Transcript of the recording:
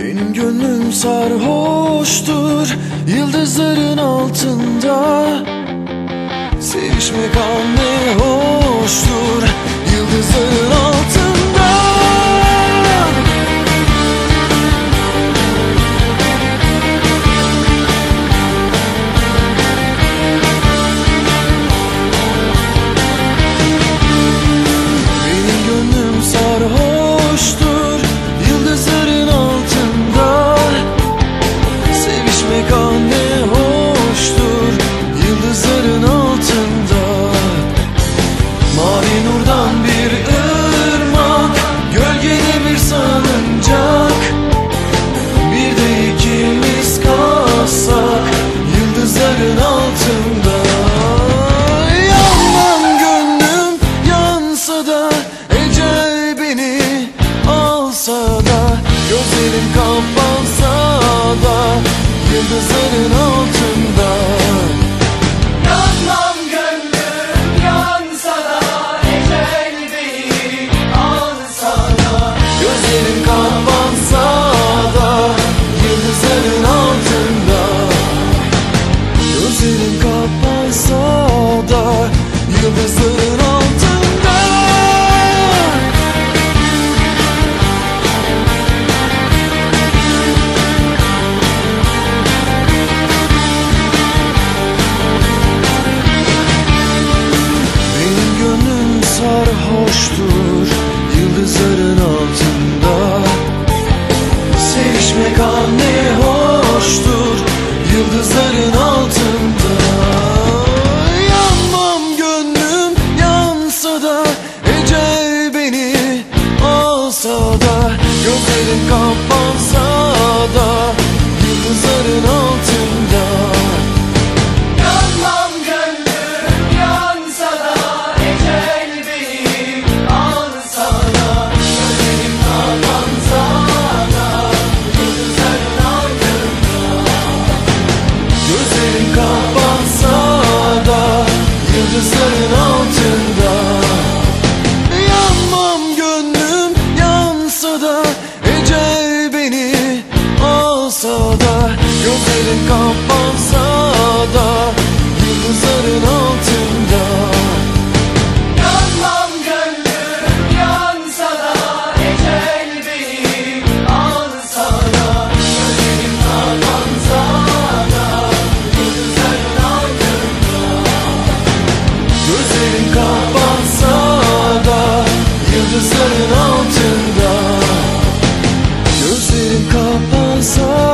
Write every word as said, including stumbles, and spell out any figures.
Benim gönlüm sarhoştur yıldızların altında. Sevişmek an ne hoştur yıldızların altında. Benim gönlüm sarhoştur yıldızların altında. Sevişmek an ne hoştur yıldızların altında. Mavi nurdan bir ırmak, gölgede bir salıncak. Bir de ikimiz kalsak yıldızların altında. Yanmam gönlüm yansa da, ecel beni alsa da, gözlerim kapansa da yıldızların altında. Yanmam gönlüm yansa da, ecel beni alsa da, Gözlerim kapansa da yıldızların altında. Gözlerim kapansa da yıldızların altında. Benim gönlüm sarhoştur yıldızların altında. Sevişmek an ne hoştur yıldızların altında. Yanmam gönlüm yansa da, ecel beni alsa da, gözlerim kapansa da yıldızların altında. yanmam gönlüm yansa da, ecel beni alsa da, gözlerim kapansa da yıldızların altında. Gözlerim kapansa da yıldızların altında. Yanmam gönlüm yansa da, ecel beni alsa da, gözlerim kapansa da yıldızların altında. Yanmam gönlüm yansa da, ecel beni alsa da, gözlerim kapansa da yıldızların altında. Gözlerim kapansa da yıldızların altında. Gözlerim kapansa